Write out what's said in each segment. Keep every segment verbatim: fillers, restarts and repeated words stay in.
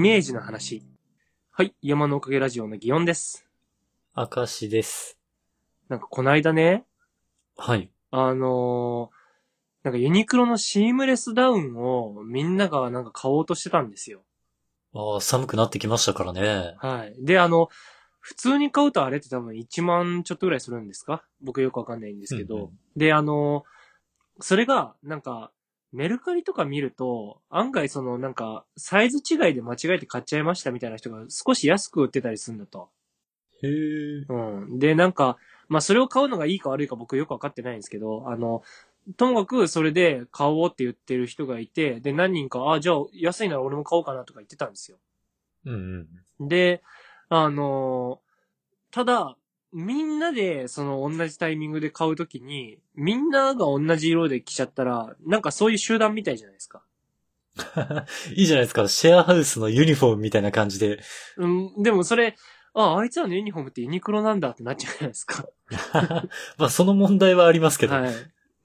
メージの話。はい、山のおかげラジオの祇園です。 明石です。 なんかこないだね、 はい。 あのー、なんかユニクロのシームレスダウンをみんながなんか買おうとしてたんですよ。 ああ、寒くなってきましたからね。 はい。で、あの、普通に買うとあれって多分いちまんちょっとぐらいするんですか？僕よくわかんないんですけど。 うんうん。 で、あの、それがなんかメルカリとか見ると案外そのなんかサイズ違いで間違えて買っちゃいましたみたいな人が少し安く売ってたりするんだと。 へえ。 うん。で、なんか、まあそれを買うのがいいか悪いか僕よくわかってないんですけど、あの、ともかくそれで買おうって言ってる人がいて、で、何人か、あ、じゃあ安いなら俺も買おうかなとか言ってたんですよ。 うんうん。 で、あの、ただ、みんなでその同じタイミングで買うときに、みんなが同じ色で着ちゃったら、なんかそういう集団みたいじゃないですか。 いいじゃないですか。シェアハウスのユニフォームみたいな感じで。 うん、でもそれ、あ、あいつらのユニフォームってユニクロなんだってなっちゃうじゃないですか。 まあ、その問題はありますけど。 はい。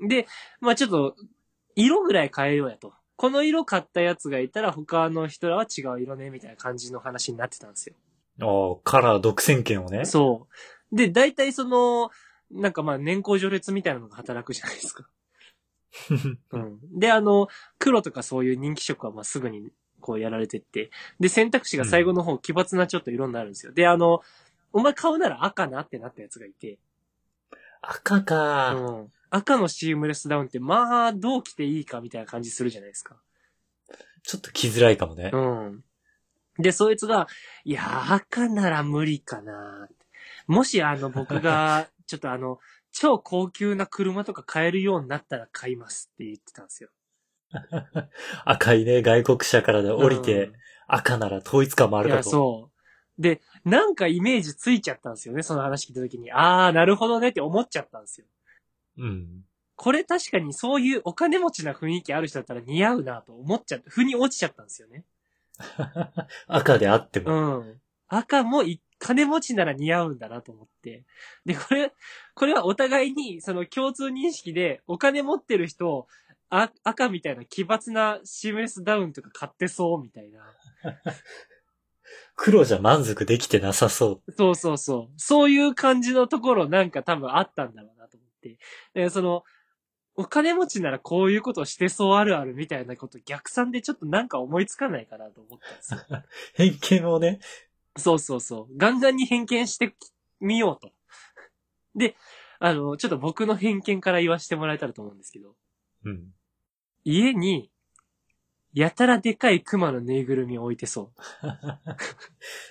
で、まあちょっと、色ぐらい変えようやと。この色買ったやつがいたら他の人らは違う色ね、みたいな感じの話になってたんですよ。 ああ、カラー独占権をね。 そう。で、大体その、なんかまあ年功序列みたいなのが働くじゃないですか。うん。で、あの、黒とかそういう人気色はまあすぐにこうやられてって。で、選択肢が最後の方奇抜なちょっと色になるんですよ。で、あの、お前買うなら赤なってなったやつがいて。 赤か。 うん。赤のシームレスダウンってまあどう着ていいかみたいな感じするじゃないですか。 ちょっと着づらいかもね。 うん。で、そいつが、いや、赤なら無理かな。もしあの僕が、ちょっとあの、超高級な車とか買えるようになったら買いますって言ってたんですよ。 赤いね、外国車からで降りて、 うん。 赤なら統一感もあいや、 るかと。 そう。で、なんかイメージついちゃったんですよね、その話聞いた時に。あー、なるほどねって思っちゃったんですよ。 うん。 これ確かにそういうお金持ちな雰囲気ある人だったら似合うなと思っちゃった。腑に落ちちゃったんですよね。 赤であってうも。 ん。赤もい金持ちなら似合うんだなと思って。で、これ、これはお互いに、その共通認識で、お金持ってる人、あ、赤みたいな奇抜なシームレスダウンとか買ってそうみたいな。 黒じゃ満足できてなさそう。 そうそうそう。そういう感じのところなんか多分あったんだろうなと思って。で、その、お金持ちならこういうことしてそうあるあるみたいなこと逆算でちょっとなんか思いつかないかなと思ったんですよ。 偏見をね。 そうそうそう。ガンガンに偏見してみようと。で、あの、ちょっと僕の偏見から言わせてもらえたらと思うんですけど、 うん。 家に、やたらでかい熊のぬいぐるみを置いてそう。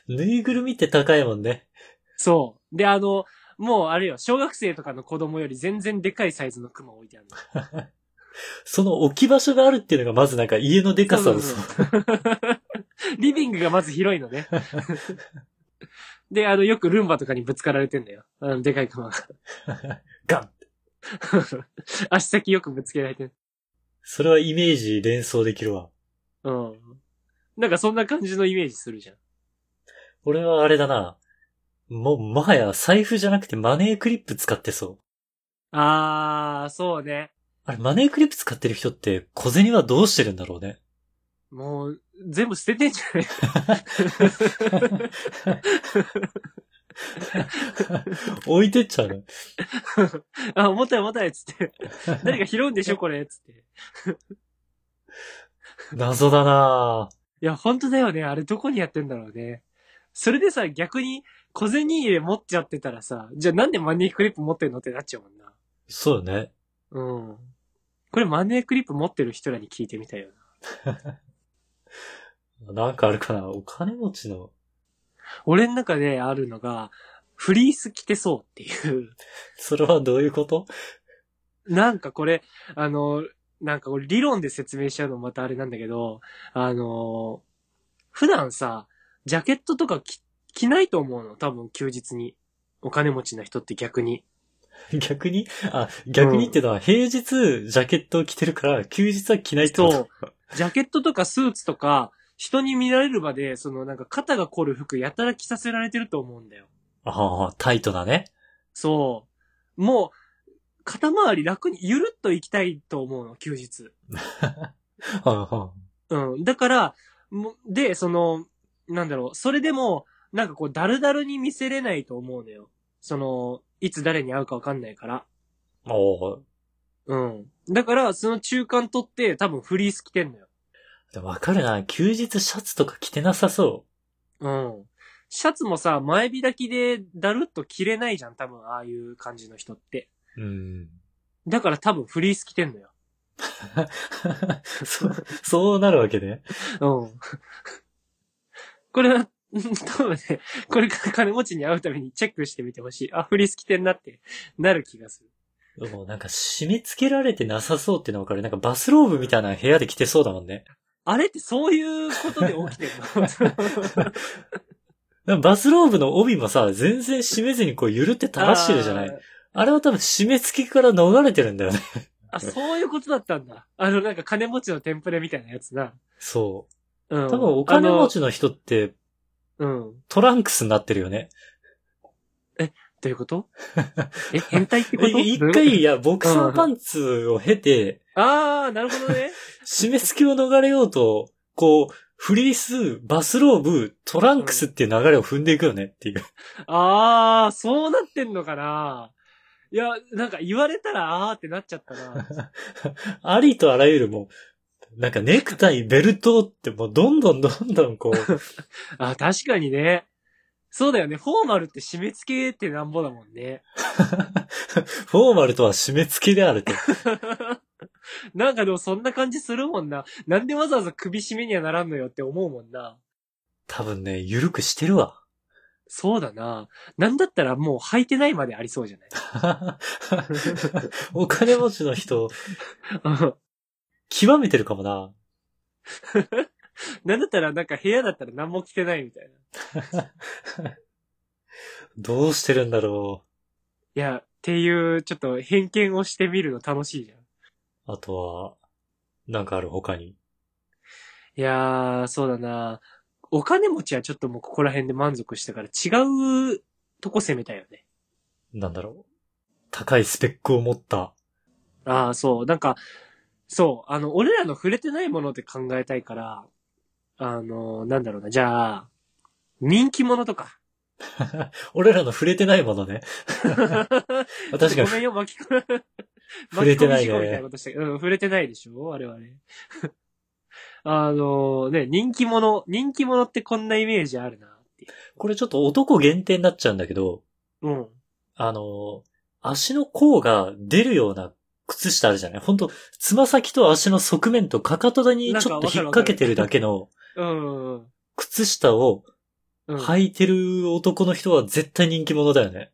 ぬいぐるみって高いもんね。 そう。で、あの、もうあれよ、小学生とかの子供より全然でかいサイズの熊置いてあるの。 その置き場所があるっていうのがまずなんか家のでかさをそそうそうそう。リビングがまず広いのね。で、あの、よくルンバとかにぶつかられてんだよ。あの、でかい熊が。 ガン。 足先よくぶつけられてる。 それはイメージ連想できるわ。 うん。なんかそんな感じのイメージするじゃん。 俺はあれだな。もう、もはや財布じゃなくてマネークリップ使ってそう。 あー、そうね。 あれ、マネークリップ使ってる人って小銭はどうしてるんだろうね。 もう、全部捨ててんじゃない置いてっちゃうの。 あ、重たい重たいっつって。誰か拾うんでしょこれっつって。 謎だないや、本当だよね。あれどこにやってんだろうね。それでさ、逆に小銭入れ持っちゃってたらさ、じゃあなんでマネークリップ持ってんのってなっちゃうもんな。 そうよね。 うん。これマネークリップ持ってる人らに聞いてみたいよな。 なんかあるかなお金持ちの。 俺の中であるのが、フリース着てそうっていう。 それはどういうこと？ なんかこれ、あの、なんか俺理論で説明しちゃうのもまたあれなんだけど、あの、普段さ、ジャケットとか着、着ないと思うの。多分休日に。お金持ちな人って逆に。 逆にあ、逆にってのは平日ジャケットを着てるから休日は着ないってこと？ そう。ジャケットとかスーツとか、人に見られるまで、そのなんか肩が凝る服やたら着させられてると思うんだよ。 ああ、タイトなね。 そう。もう、肩周り楽に、ゆるっと行きたいと思うの、休日。 はあはうん。だから、もで、その、 なんだろう、それでも、なんかこう、だるだるに見せれないと思うのよ。その、いつ誰に会うかわかんないから。 おー。 うん。だから、その中間取って多分フリース着てんのよ。 でもわかるな。休日シャツとか着てなさそうん。シャツもさ、前開きでだるっと着れないじゃん、多分、ああいう感じの人って。 う。うん。 だから多分フリース着てんのよ。 そう、そうなるわけね。 うん。これは、多分ね、これから金持ちに会うためにチェックしてみてほしい。あ、フリース着てんなってなる気がする。 もうなんか締め付けられてなさそうってのわかる。なんかバスローブみたいな部屋で着てそうだもんね。 あれってそういうことで起きてるのバスローブの帯もさ、全然締めずにこうゆるって垂らしてるじゃない。あれは多分締め付けから逃れてるんだよね。 あ、そういうことだったんだ。あの、なんか金持ちのテンプレみたいなやつな。 そう。 うん。 多分お金持ちの人って、 うん。 トランクスになってるよね。 え、どういうことえ、変態ってこと一回、いや、ボクサーパンツを経て、 あー、なるほどね。 締め付けを逃れようと、こう、フリース、バスローブ、トランクスっていう流れを踏んでいくよねっていう。 あー、そうなってんのかな。いや、なんか言われたらあーってなっちゃったな。 ありとあらゆるもう、なんかネクタイ、ベルトってもうどんどんどんどんこう。 あ、確かにね。そうだよね。フォーマルって締め付けってなんぼだもんね。 フォーマルとは締め付けであると。 なんかでもそんな感じするもんな。なんでわざわざ首締めにはならんのよって思うもんな。 多分ね、ゆるくしてるわ。 そうだな。なんだったらもう履いてないまでありそうじゃないお金持ちの人、極めてるかもな。 なんだったらなんか部屋だったら何も着てないみたいな。 どうしてるんだろいや、っていうちょっと偏見をしてみるの楽しいじゃん。 う。あとは、なんかある他に。 いやー、そうだな。お金持ちはちょっともうここら辺で満足したから違うとこ攻めたよね。 なんだろう。高いスペックを持った。 ああ、そう。なんか、そう。あの、俺らの触れてないもので考えたいから、あの、なんだろうな。じゃあ、人気者とか。 俺らの触れてないものね。確かに。 ごめんよ、巻き込み、 触れてないね。 巻き込み事故みたいなことしたけど、うん、触れてないでしょ我々。あのね、人気者、人気者ってこんなイメージあるなっていう。 これちょっと男限定になっちゃうんだけど、 うん。 あの、足の甲が出るような靴下あるじゃない？ほんと、つま先と足の側面とかかとにちょっと引っ掛けてるだけのうん。 靴下をうん。 履いてる男の人は絶対人気者だよね。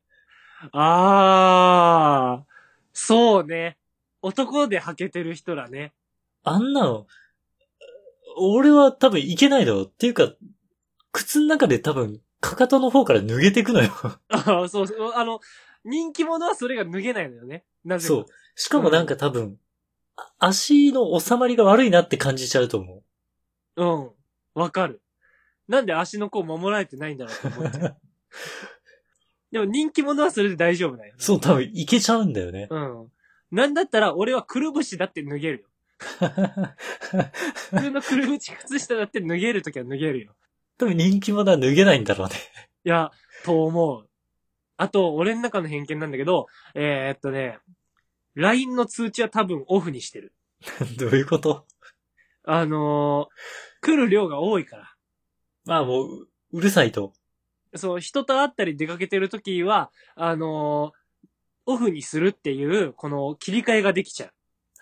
あー、そうね。男で履けてる人らね。 あんなの、俺は多分いけないだろう。っていうか、靴の中で多分、かかとの方から脱げてくのよ。 ああ、そうそう。あの、人気者はそれが脱げないのよね。なぜか。 そう。しかもなんか多分、あ足の収まりが悪いなって感じちゃうと思うん。わかる。なんで足の甲守られてないんだろうと思っちゃう。 う。 でも人気者はそれで大丈夫だよね。 そう、多分いけちゃうんだよね。 うん。なんだったら俺はくるぶしだって脱げるよ。普通のくるぶし靴下だって脱げるときは脱げるよ。 多分人気者は脱げないんだろうね。 いや、と思う。あと、俺の中の偏見なんだけど、えー、っとね、ライン の通知は多分オフにしてる。 どういうこと？ あのー、来る量が多いから。 まあもう、うるさいと。 そう、人と会ったり出かけてるときは、あのー、オフにするっていう、この切り替えができちゃう。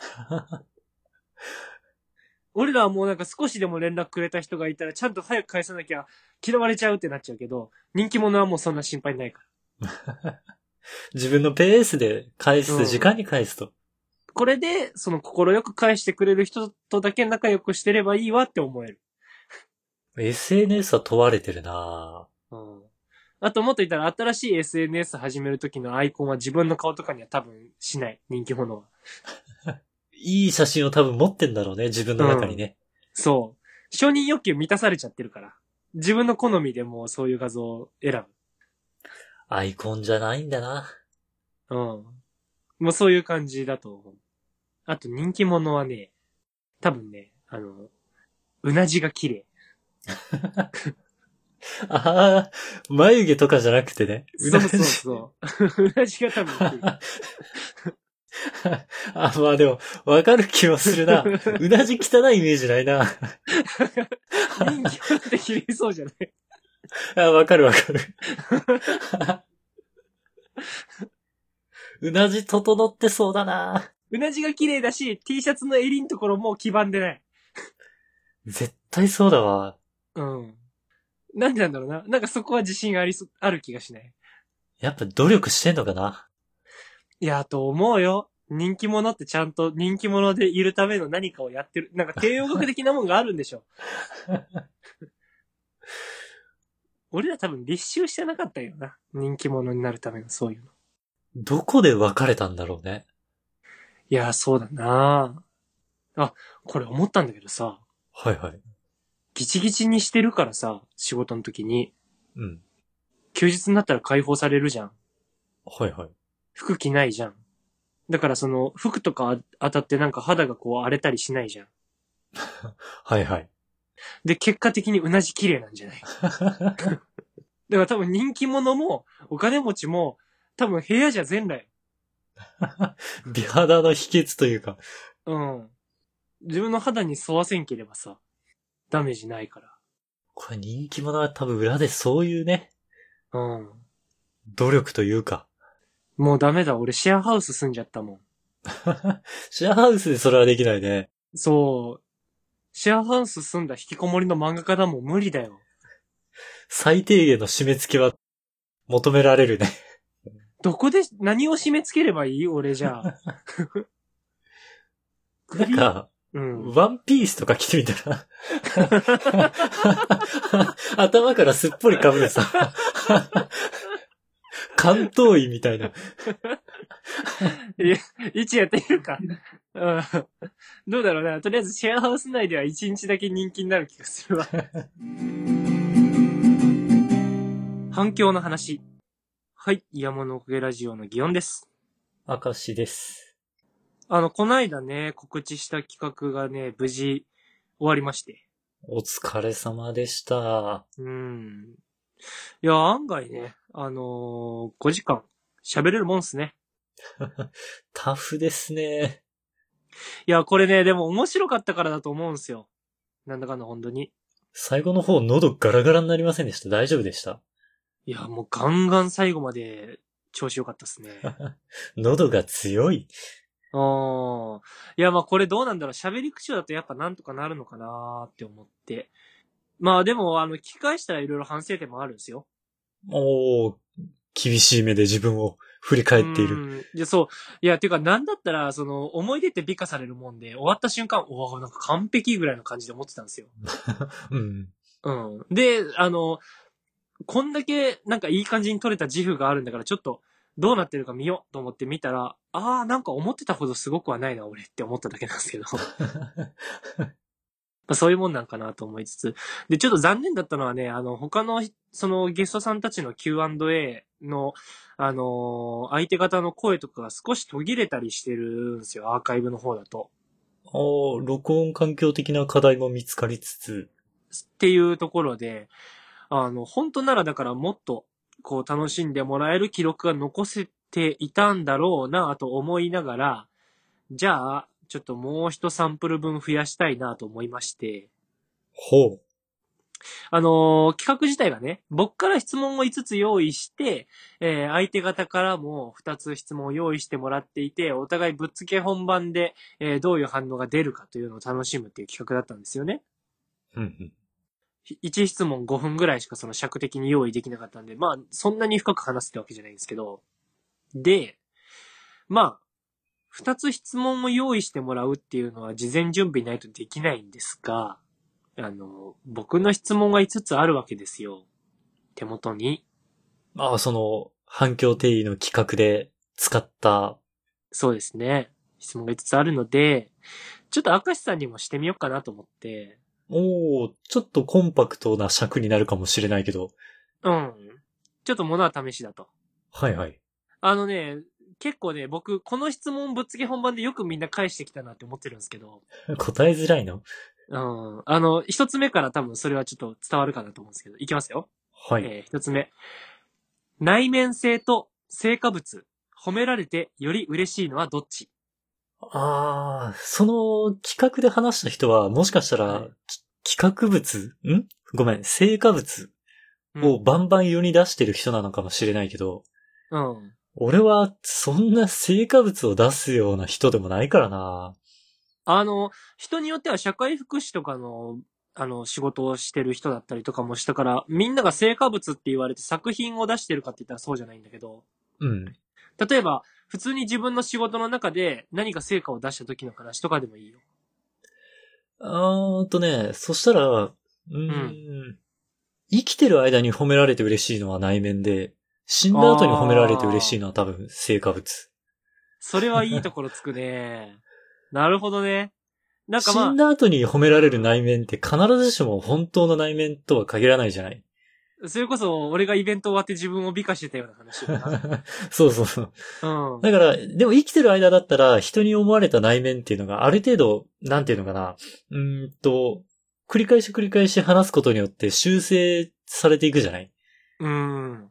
俺らはもうなんか少しでも連絡くれた人がいたらちゃんと早く返さなきゃ嫌われちゃうってなっちゃうけど、人気者はもうそんな心配ないから。 自分のペースで返す、時間に返すと。 これで、その心よく返してくれる人とだけ仲良くしてればいいわって思える。 エスエヌエス は問われてるなぁ。 うん。あともっと言ったら新しい エスエヌエス 始めるときのアイコンは自分の顔とかには多分しない。人気者は。 いい写真を多分持ってんだろうね、自分の中にね。 うん、そう。承認欲求満たされちゃってるから。自分の好みでもうそういう画像を選ぶ。 アイコンじゃないんだな。 うん。もうそういう感じだと思う。あと人気者はね、多分ね、あの、うなじが綺麗。 ああ、眉毛とかじゃなくてね。 そうそうそう。うなじが多分来る。 あ、まあでも、わかる気もするな。うなじ汚いイメージないな。 人気者って切れそうじゃない？ あ、わかるわかる。うなじ整ってそうだな。 うなじが綺麗だし、T シャツの襟のところも黄ばんでない。 絶対そうだわ。 うん。なんでなんだろうな。なんかそこは自信ありそ、ある気がしない。 やっぱ努力してんのかな。 いや、と思うよ。人気者ってちゃんと人気者でいるための何かをやってる。なんか帝王学的なもんがあるんでしょ。俺ら多分立秋してなかったよな。人気者になるためのそういうの。 どこで別れたんだろうね。 いや、そうだなあ、これ思ったんだけどさ、 はいはい。 ギチギチにしてるからさ、仕事の時に、 うん。 休日になったら解放されるじゃん。 はいはい。 服着ないじゃん。だからその、服とか当たってなんか肌がこう荒れたりしないじゃん。 はいはい。 で、結果的にうなじ綺麗なんじゃない？だから多分人気者も、お金持ちも、多分部屋じゃ全裸よ。 美肌の秘訣というか。 うん。自分の肌に沿わせんければさ、ダメージないから。 これ人気者は多分裏でそういうね、 うん。 努力というか。 もうダメだ、俺シェアハウス住んじゃったもん。 シェアハウスでそれはできないね。 そう。シェアハウス住んだ引きこもりの漫画家だもん無理だよ。 最低限の締め付けは求められるね。 どこで何を締め付ければいい？俺じゃあ。 なんか、 うん。 ワンピースとか着てみたら頭からすっぽり被るさ。関東医みたいな。 いや、一やってみるか。うん。どうだろうな。とりあえずシェアハウス内では一日だけ人気になる気がするわ。反響の話。はい。イヤモノおかげラジオの祇園です。 明石です。 あの、こないだね、告知した企画がね、無事終わりまして。 お疲れ様でした。 うん。いや、案外ね、あのー、ごじかん喋れるもんっすね。 タフですね。 いや、これね、でも面白かったからだと思うんすよ。なんだかんだ本当に。 最後の方喉ガラガラになりませんでした？大丈夫でした？ いや、もうガンガン最後まで調子良かったっすね。 喉が強い。 あー。いや、まあこれどうなんだろう。喋り口調だとやっぱなんとかなるのかなーって思って。まあでも、あの、聞き返したらいろいろ反省点もあるんですよ。 おー、厳しい目で自分を振り返っている。 うん。いや、そう。いや、ていうか、なんだったら、その、思い出って美化されるもんで、終わった瞬間、おわ、なんか完璧ぐらいの感じで思ってたんですよ。 うん。 うん。で、あの、こんだけ、なんかいい感じに撮れた自負があるんだから、ちょっと、どうなってるか見ようと思って見たら、あー、なんか思ってたほどすごくはないな、俺って思っただけなんですけど。まあそういうもんなんかなと思いつつ。で、ちょっと残念だったのはね、あの、他の、そのゲストさんたちの キューアンドエー の、あのー相手方の声とかが少し途切れたりしてるんですよ、アーカイブの方だと。 おー、録音環境的な課題も見つかりつつ。 っていうところで、あの、本当ならだからもっと、こう楽しんでもらえる記録が残せていたんだろうなと思いながら、じゃあ、ちょっともう一サンプル分増やしたいなと思いまして、 ほう。 あのー企画自体がね、僕から質問をいつつ用意して、えー相手方からもふたつ質問を用意してもらっていて、お互いぶっつけ本番で、えーどういう反応が出るかというのを楽しむっていう企画だったんですよね。 うんうん。 いち質問ごふんぐらいしかその尺的に用意できなかったんで、まあ、そんなに深く話せたわけじゃないんですけど。で、まあ、ふたつ質問を用意してもらうっていうのは事前準備ないとできないんですが、あの、僕の質問がいつつあるわけですよ。手元に。 ああ、その、反響定義の企画で使った。 そうですね。質問がいつつあるので、ちょっと明石さんにもしてみようかなと思って。 おー、ちょっとコンパクトな尺になるかもしれないけど。 うん。ちょっと物は試しだと。 はいはい。 あのね、結構ね、僕、この質問ぶっつけ本番でよくみんな返してきたなって思ってるんですけど、 答えづらいの？ うん。あの、一つ目から多分それはちょっと伝わるかなと思うんですけど、いきますよ。 はい。 えー、一つ目。内面性と成果物、褒められてより嬉しいのはどっち？ ああ、その企画で話した人は、もしかしたら、 はい。 き企画物んごめん、成果物うん。 をバンバン世に出してる人なのかもしれないけど、 うん。 俺はそんな成果物を出すような人でもないからな。 あの、人によっては社会福祉とかの、あの、仕事をしてる人だったりとかもしたから、みんなが成果物って言われて作品を出してるかって言ったらそうじゃないんだけど、 うん。 例えば、普通に自分の仕事の中で何か成果を出した時の話とかでもいいよ。 あーとね、そしたら、うーうん。 ん、生きてる間に褒められて嬉しいのは内面で、死んだ後に褒められて嬉しいああ、 のは多分成果物。 それはいいところつくね。なるほどね。なんかま死んだ後に褒められるあ、 内面って必ずしも本当の内面とは限らないじゃない。 うん。それこそ、俺がイベント終わって自分を美化してたような話よな。 そうそうそう。 うん。 だから、でも生きてる間だったら人に思われた内面っていうのがある程度、なんていうのかな。うーんと、繰り返し繰り返し話すことによって修正されていくじゃないっうん。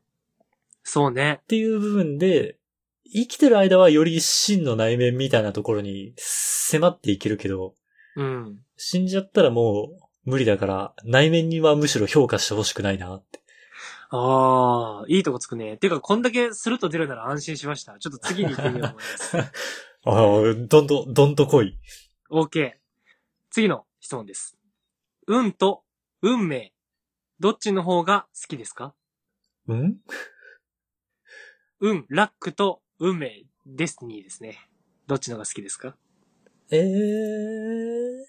そうね。 ていう部分で、生きてる間はより真の内面みたいなところに迫っていけるけど、 うん。 死んじゃったらもう無理だから内面にはむしろ評価してほしくないなって。 ああ、いいとこつくね。てか、こんだけスルッと出るなら安心しました。ちょっと次に行ってみようと思います。 ああ、どんと、どんと来い。 OK。次の質問です。運と運命、どっちの方が好きですか？ ん運、ラックと運命、デスティニーですね。どっちの方が好きですか？ ええー、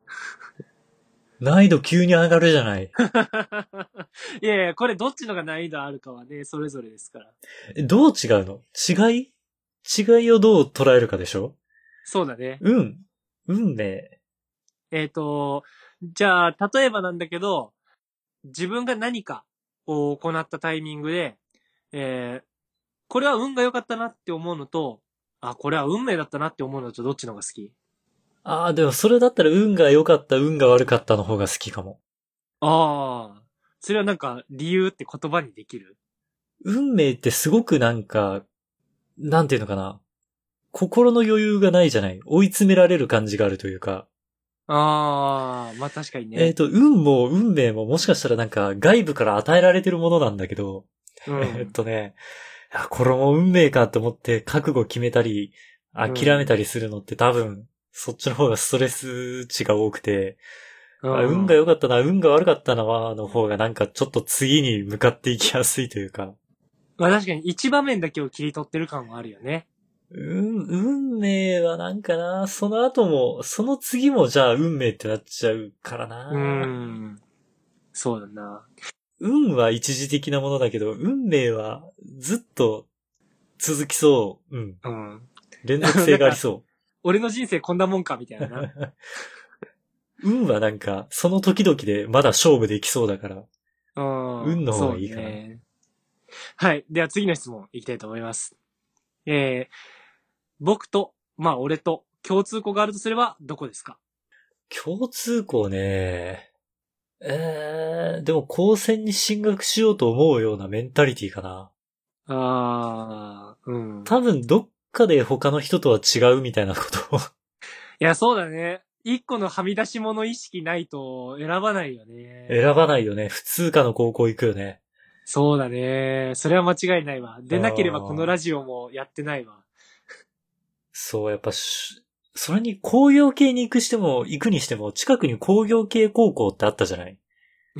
難易度急に上がるじゃない。 いやいや、これどっちのが難易度あるかはね、それぞれですから。 えどう違うの？違い違いをどう捉えるかでしょ？ そうだね。 運、運命。 えっと、じゃあ、例えばなんだけど、自分が何かを行ったタイミングで、えー、これは運が良かったなって思うのと、あ、これは運命だったなって思うのとどっちの方が好き？ ああ、でもそれだったら運が良かった、運が悪かったの方が好きかも。 ああ、それはなんか理由って言葉にできる？ 運命ってすごくなんか、なんていうのかな。心の余裕がないじゃない。追い詰められる感じがあるというか。 ああ、まあ確かにね。 えっと、運も運命ももしかしたらなんか外部から与えられてるものなんだけど、えっうん。 とね、あこれも運命かと思って覚悟決めたり、 うん。 諦めたりするのって多分、そっちの方がストレス値が多くて、 うあ運がん。 良かったな、運が悪かったな、の方がなんかちょっと次に向かっていきやすいというか。 まあ確かに一場面だけを切り取ってる感はあるよね。 うん、運命はなんかな、その後も、その次もじゃあ運命ってなっちゃうからうーな。 ん。そうだな。 運は一時的なものだけど、運命はずっと続きそう。うん。 うん。 連続なんか、 性がありそ俺の人生こんなもんかみたいなな。 う。運はなんか、その時々でまだ勝負できそうだから、 うん。 運の方そうがいいかな。 ね。はい。では次の質問いきたいと思います。えー、僕と、まあ俺と共通項があるとすればどこですか？ 共通項ね。えー、でも高専に進学しようと思うようなメンタリティかな。 あー、うん。 多分どっかで他の人とは違うみたいなことをいや、そうだね。一個のはみ出し物意識ないと選ばないよね。 選ばないよね。普通科の高校行くよね。 そうだね。それは間違いないわ。 あでなければこのラあ。 ジオもやってないわ。 そう、やっぱし、それに工業系に行くしても、行くにしても、近くに工業系高校ってあったじゃない。 うん。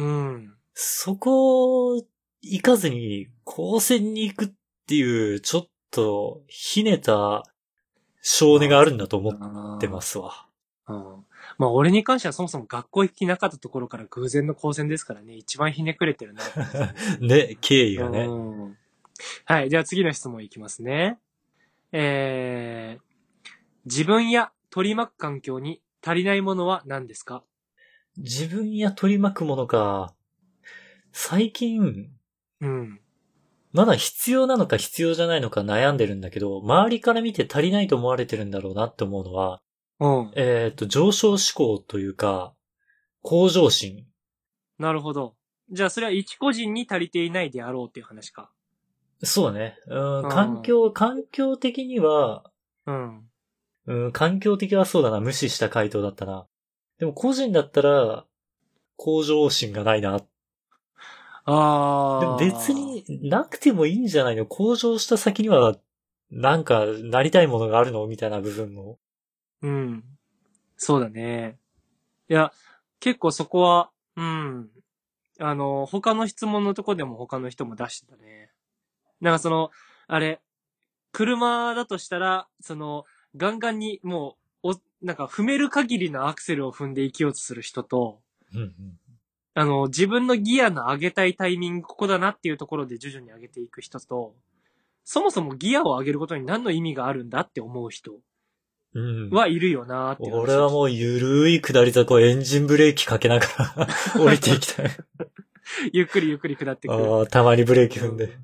そこ、行かずに、高専に行くっていう、ちょっと、ひねた性根まあ、 があるんだと思そうだってまな。 すわ。 うん。まあ、俺に関してはそもそも学校行きなかったところから偶然の高専ですからね、一番ひねくれてるなって感じだね。 ね、経緯うがね。 ん。はい。では次の質問いきますね。えー、自分や取り巻く環境に足りないものは何ですか？ 自分や取り巻くものか。最近、 うん。 まだ必要なのか必要じゃないのか悩んでるんだけど、周りから見て足りないと思われてるんだろうなって思うのは、 うん。 えっと、上昇志向というか、 向上心。 なるほど。じゃあそれは一個人に足りていないであろうっていう話か。 そうだね。うん、 うん環境、環境的には、 うん。 うん、環境的はそうだな。無視した回答だったな。でも個人だったら、向上心がないな。でもあ別になくてもいいんじゃないの？向上した先には、なんか、なりたいものがあるのみたいな部分も。 ー。うん。そうだね。いや、結構そこは、うん。あの、他の質問のとこでも他の人も出してたね。なんかその、あれ、車だとしたら、その、ガンガンにもう、お、なんか踏める限りのアクセルを踏んで生きようとする人と、 うんうん、 あの、自分のギアの上げたいタイミングここだなっていうところで徐々に上げていく人と、そもそもギアを上げることに何の意味があるんだって思う人うん。 はいるよなーっていう話を聞いて。 俺はもうゆるい下り坂をエンジンブレーキかけながら降りていきたい。 ゆっくりゆっくり下ってくる。 ああ、たまにブレーキ踏んで。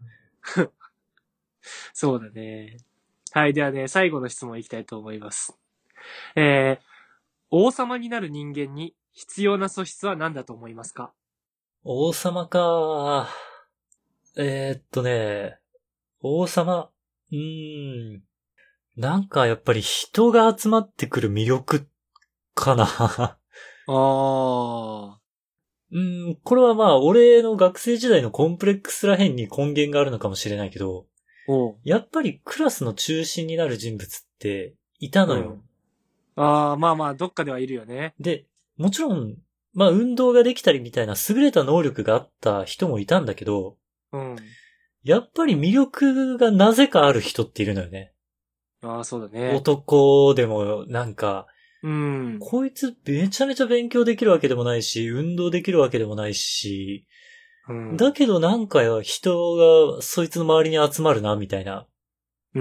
そうだね。はい。ではね、最後の質問いきたいと思います。えー、王様になる人間に必要な素質は何だと思いますか？ 王様か。えー、っとね、王様。うーん。なんかやっぱり人が集まってくる魅力かな。 ああ。 うーん、これはまあ、俺の学生時代のコンプレックスらへんに根源があるのかもしれないけど、 おう。 やっぱりクラスの中心になる人物っていたのよ。 うんああ、まあまあ、どっかではいるよね。 で、もちろん、まあ運動ができたりみたいな優れた能力があった人もいたんだけど、 うん。 やっぱり魅力がなぜかある人っているのよね。 ああ、そうだね。 男でもなんか、 うん。 こいつめちゃめちゃ勉強できるわけでもないし、運動できるわけでもないし、 うん。 だけどなんか人がそいつの周りに集まるな、みたいな。 うん。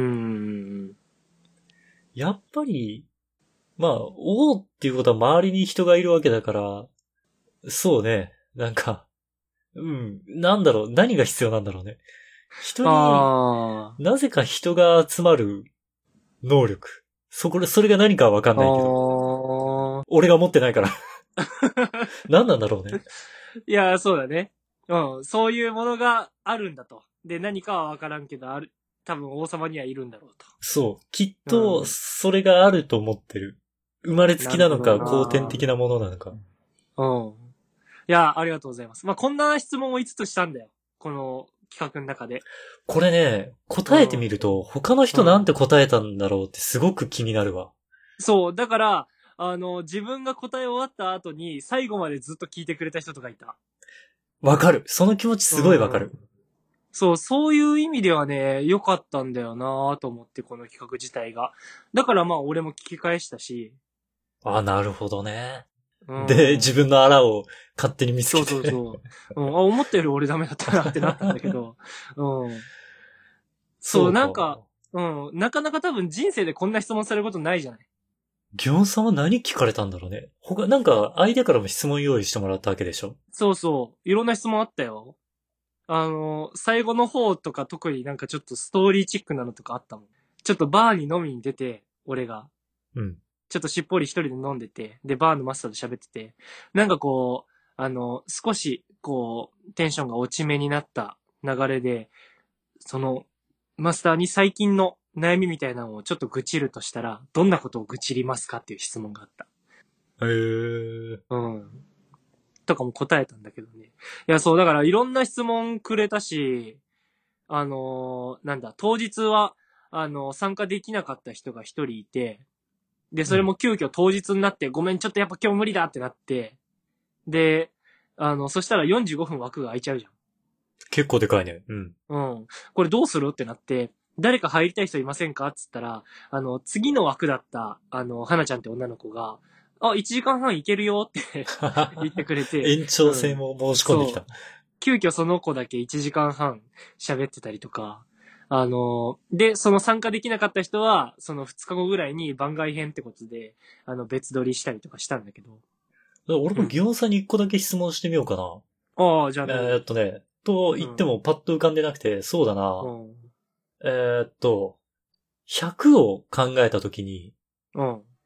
やっぱり、まあ、王っていうことは周りに人がいるわけだから、そうね、なんか、うん、なんだろう、何が必要なんだろうね。人に、 あなぜか人が集まる能力。そこで、それが何かはわかあ。 んないけど。 ああ。 俺が持ってないから。何なんだろうね。 いや、そうだね。うん。そういうものがあるんだと。で、何かはわからんけど、ある、多分王様にはいるんだろうと。 そう。きっうと、 んそれがあると思ってる。生まれつきなのか、 なるほどな後天的なものなのか。 うん。いや、ありがとうございます。まあ、こんな質問をいつつしたんだよ。この企画の中で。 これね、答えてみると、他の人なんて答えたんだろうってすごく気になるわ。 そう、だから、あの、自分が答え終わった後に、最後までずっと聞いてくれた人とかいた。 わかる。その気持ちすごいわかる。 そう、そういう意味ではね、良かったんだよなと思って、この企画自体が。だからまあ、俺も聞き返したし。 あ、なるほどね。 うん、 で、自分の穴を勝手に見つけて。 そうそうそう。うん、あ、思ったより俺ダメだったなってなったんだけど。うん。そう、 そうかなんか、うん、なかなか多分人生でこんな質問されることないじゃない。 ギョンさんは何聞かれたんだろうね。他、なんか、相手からも質問用意してもらったわけでしょ？ そうそう。いろんな質問あったよ。あの、最後の方とか特になんかちょっとストーリーチックなのとかあったもん。ちょっとバーに飲みに出て、俺が。 うん。 ちょっとしっぽり一人で飲んでて、で、バーのマスターと喋ってて、なんかこう、あの、少し、こう、テンションが落ち目になった流れで、その、マスターに最近の悩みみたいなのをちょっと愚痴るとしたら、どんなことを愚痴りますかっていう質問があった。 へー。 うん。とかも答えたんだけどね。いや、そう、だからいろんな質問くれたし、あのーなんだ、当日は、あの、参加できなかった人が一人いて、で、それも急遽当日になって、ごめん、ちょっとやっぱ今日無理だってなって、で、あの、そしたらよんじゅうごふん枠が空いちゃうじ結構でかいね。うん。 ゃん。うん。これどうするってなって、誰か入りたい人いませんかっつったら、あの、次の枠だった、あの、花ちゃんって女の子が、あ、いちじかんはんいけるよって言ってくれて。 延長戦を申し込んできた。 そう急遽その子だけいちじかんはん喋ってたりとか、あの、で、その参加できなかった人は、そのふつかごぐらいに番外編ってことで、あの、別撮りしたりとかしたんだけど。 俺もギョンさんに一個だけ質問してみようかな。 ああ、じゃあえね。 ーっとね、と言ってもパッと浮かんでなくて、そうだな。 うん。 えーっと、ひゃくを考えたときに、 うん。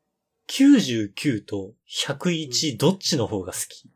きゅうじゅうきゅうとひゃくいちどっちの方が好き？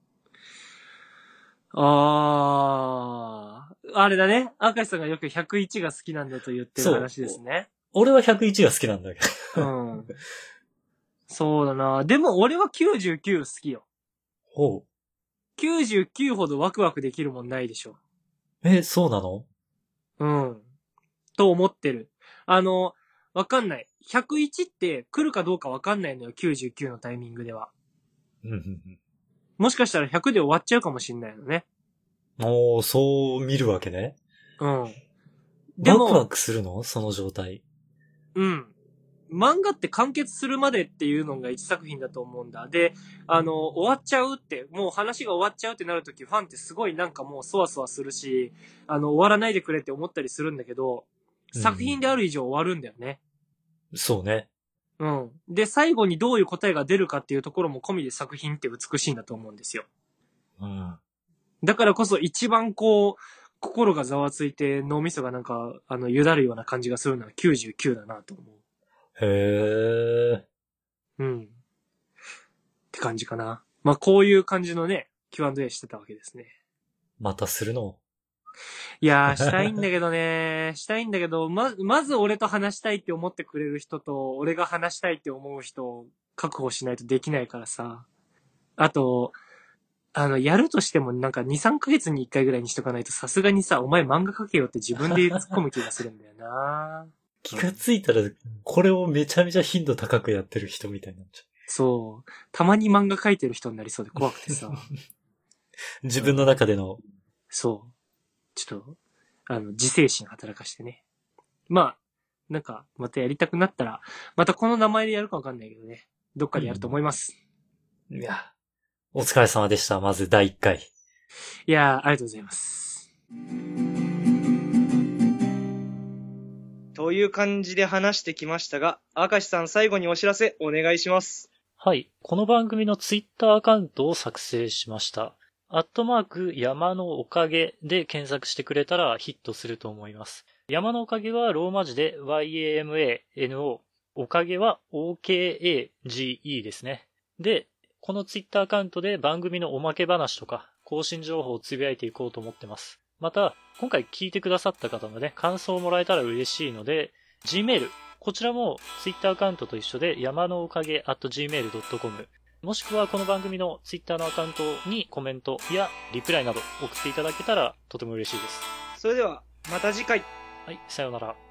あー、あれだね。明石さんがよくひゃくいちが好きなんだと言ってる話ですね。 俺はひゃくいちが好きなんだけど。 うん。そうだな。でも俺はきゅうじゅうきゅう好きよ。 ほう。 きゅうじゅうきゅうほどワクワクできるもんないでしょ。 え、そうなの？ うん。と思ってる。あの、わかんない。ひゃくいちって来るかどうかわかんないのよ。きゅうじゅうきゅうのタイミングでは。 うんうんうん。 もしかしたらひゃくで終わっちゃうかもしんないのね。 おー、そう見るわけね。 うん。でも、 ワクワクするの？その状態。 うん。漫画って完結するまでっていうのが一作品だと思うんだ。で、あの、終わっちゃうって、もう話が終わっちゃうってなるとき、ファンってすごいなんかもうそわそわするし、あの、終わらないでくれって思ったりするんだけど、作品である以上終わるんだよね。 そうね。 うん。で、最後にどういう答えが出るかっていうところも込みで作品って美しいんだと思うんですよ。 うん。 だからこそ一番こう、心がざわついて脳みそがなんか、あの、ゆだるような感じがするのはきゅうじゅうきゅうだなと思う。 へー。 うん。って感じかな。まあ、こういう感じのね、キューアンドエー してたわけですね。 またするの？ いやー、したいんだけどね、したいんだけど、ま、まず俺と話したいって思ってくれる人と、俺が話したいって思う人を確保しないとできないからさ。あと、あの、やるとしてもなんかに、さんかげつにいっかいぐらいにしとかないとさすがにさ、お前漫画描けよって自分で突っ込む気がするんだよな。 気がついたら、これをめちゃめちゃ頻度高くやってる人みたいになっちゃそう。たまに漫画描いてる人になりそうで怖くてさ。 う。自分の中での。 そう。ちょっと、あの、自制心働かしてね。まあ、なんか、またやりたくなったら、またこの名前でやるかわかんないけどね。どっかでやると思います。 いや、お疲れ様でした。まずだいいっかい。 いやー、ありがとうございます。 という感じで話してきましたが、明石さん最後にお知らせお願いします。 はい。この番組のツイッターアカウントを作成しました。アットマーク山のおかげで検索してくれたらヒットすると思います。山のおかげはローマ字で ワイエーエムエーエヌオー。おかげは オーケーエージーイー ですね。で、このツイッターアカウントで番組のおまけ話とか更新情報をつぶやいていこうと思ってます。また、今回聞いてくださった方のね、感想をもらえたら嬉しいので、Gmail、こちらもツイッターアカウントと一緒で山のおかげ アットジーメールドットコム もしくはこの番組のツイッターのアカウントにコメントやリプライなど送っていただけたらとても嬉しいです。 それでは、また次回。 はい、さようなら。